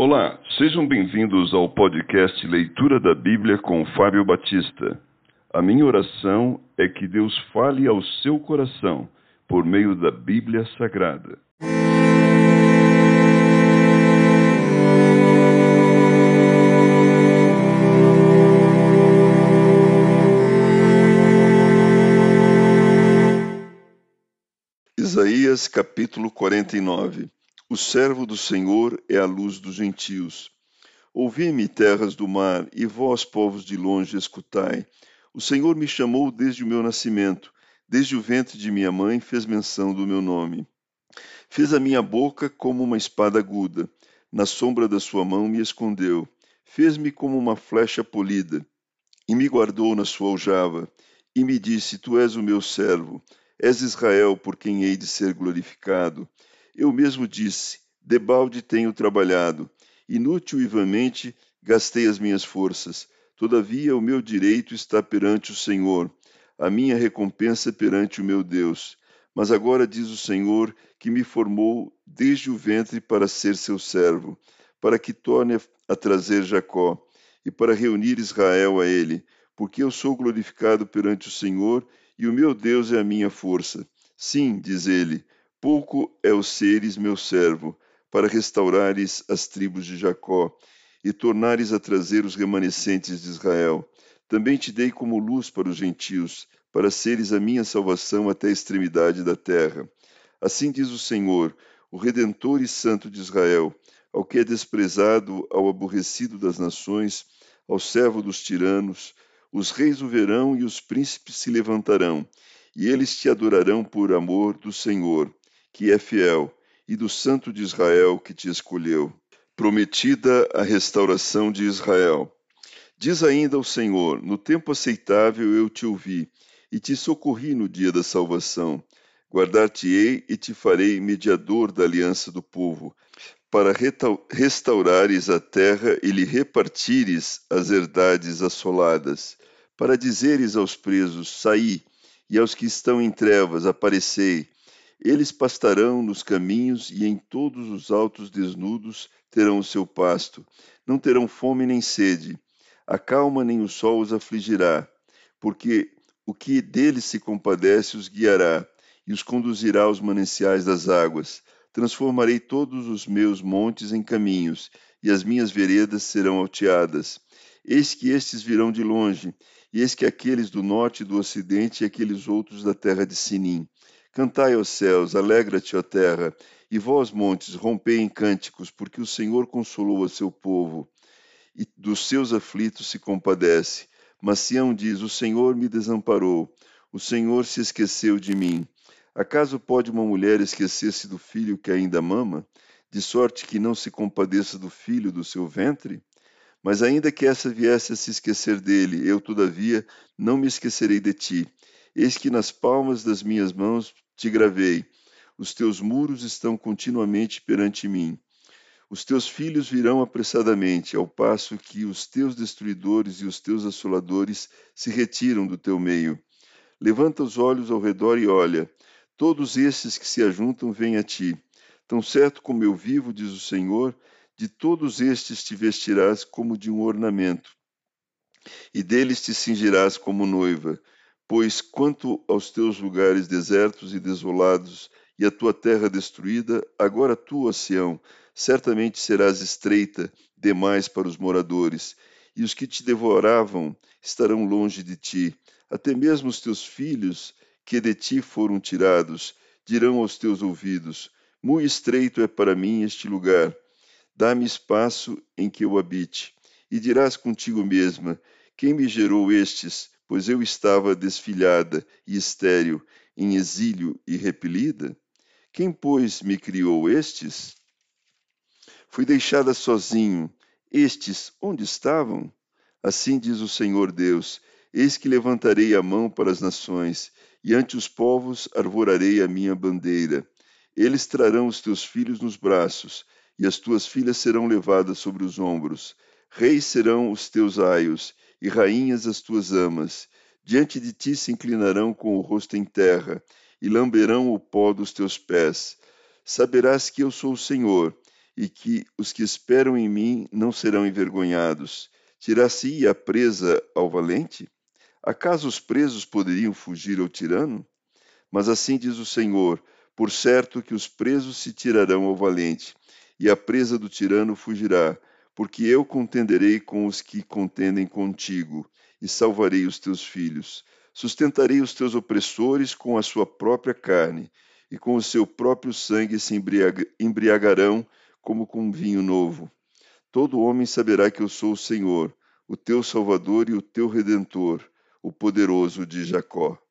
Olá, sejam bem-vindos ao podcast Leitura da Bíblia com Fábio Batista. A minha oração é que Deus fale ao seu coração por meio da Bíblia Sagrada. Isaías capítulo 49. O servo do Senhor é a luz dos gentios. Ouvi-me, terras do mar, e vós, povos de longe, escutai. O Senhor me chamou desde o meu nascimento, desde o ventre de minha mãe fez menção do meu nome. Fez a minha boca como uma espada aguda, na sombra da sua mão me escondeu. Fez-me como uma flecha polida, e me guardou na sua aljava, e me disse, tu és o meu servo, és Israel por quem hei de ser glorificado. Eu mesmo disse, debalde tenho trabalhado, inútil e vãmente gastei as minhas forças. Todavia o meu direito está perante o Senhor, a minha recompensa perante o meu Deus. Mas agora diz o Senhor, que me formou desde o ventre para ser seu servo, para que torne a trazer Jacó, e para reunir Israel a ele, porque eu sou glorificado perante o Senhor, e o meu Deus é a minha força. Sim, diz ele, pouco é o seres meu servo, para restaurares as tribos de Jacó, e tornares a trazer os remanescentes de Israel. Também te dei como luz para os gentios, para seres a minha salvação até a extremidade da terra. Assim diz o Senhor, o Redentor e Santo de Israel, ao que é desprezado, ao aborrecido das nações, ao servo dos tiranos, os reis o verão e os príncipes se levantarão, e eles te adorarão por amor do Senhor, que é fiel, e do Santo de Israel que te escolheu. Prometida a restauração de Israel. Diz ainda o Senhor, no tempo aceitável eu te ouvi, e te socorri no dia da salvação. Guardar-te-ei e te farei mediador da aliança do povo, para restaurares a terra e lhe repartires as herdades assoladas, para dizeres aos presos, saí, e aos que estão em trevas, aparecei. Eles pastarão nos caminhos e em todos os altos desnudos terão o seu pasto. Não terão fome nem sede. A calma nem o sol os afligirá, porque o que deles se compadece os guiará e os conduzirá aos mananciais das águas. Transformarei todos os meus montes em caminhos, e as minhas veredas serão alteadas. Eis que estes virão de longe, e eis que aqueles do norte e do ocidente, e aqueles outros da terra de Sinim. Cantai aos céus, alegra-te, ó terra, e vós, montes, rompei em cânticos, porque o Senhor consolou a seu povo, e dos seus aflitos se compadece. Mas Sião diz, o Senhor me desamparou, o Senhor se esqueceu de mim. Acaso pode uma mulher esquecer-se do filho que ainda mama, de sorte que não se compadeça do filho do seu ventre? Mas ainda que essa viesse a se esquecer dele, eu, todavia, não me esquecerei de ti. Eis que nas palmas das minhas mãos te gravei. Os teus muros estão continuamente perante mim. Os teus filhos virão apressadamente, ao passo que os teus destruidores e os teus assoladores se retiram do teu meio. Levanta os olhos ao redor e olha. Todos estes que se ajuntam vêm a ti. Tão certo como eu vivo, diz o Senhor, de todos estes te vestirás como de um ornamento, e deles te cingirás como noiva. Pois quanto aos teus lugares desertos e desolados, e a tua terra destruída, agora tu, ó Sião, certamente serás estreita demais para os moradores, e os que te devoravam estarão longe de ti. Até mesmo os teus filhos, que de ti foram tirados, dirão aos teus ouvidos, muito estreito é para mim este lugar, dá-me espaço em que eu habite. E dirás contigo mesma, quem me gerou estes? Pois eu estava desfilhada e estéril, em exílio e repelida? Quem, pois, me criou estes? Fui deixada sozinho. Estes, onde estavam? Assim diz o Senhor Deus, eis que levantarei a mão para as nações, e ante os povos arvorarei a minha bandeira. Eles trarão os teus filhos nos braços, e as tuas filhas serão levadas sobre os ombros. Reis serão os teus aios, e rainhas as tuas amas. Diante de ti se inclinarão com o rosto em terra, e lamberão o pó dos teus pés. Saberás que eu sou o Senhor, e que os que esperam em mim não serão envergonhados. Tirar-se-ia a presa ao valente? Acaso os presos poderiam fugir ao tirano? Mas assim diz o Senhor: por certo que os presos se tirarão ao valente, e a presa do tirano fugirá, porque eu contenderei com os que contendem contigo, e salvarei os teus filhos. Sustentarei os teus opressores com a sua própria carne, e com o seu próprio sangue se embriagarão como com vinho novo. Todo homem saberá que eu sou o Senhor, o teu Salvador e o teu Redentor, o poderoso de Jacó.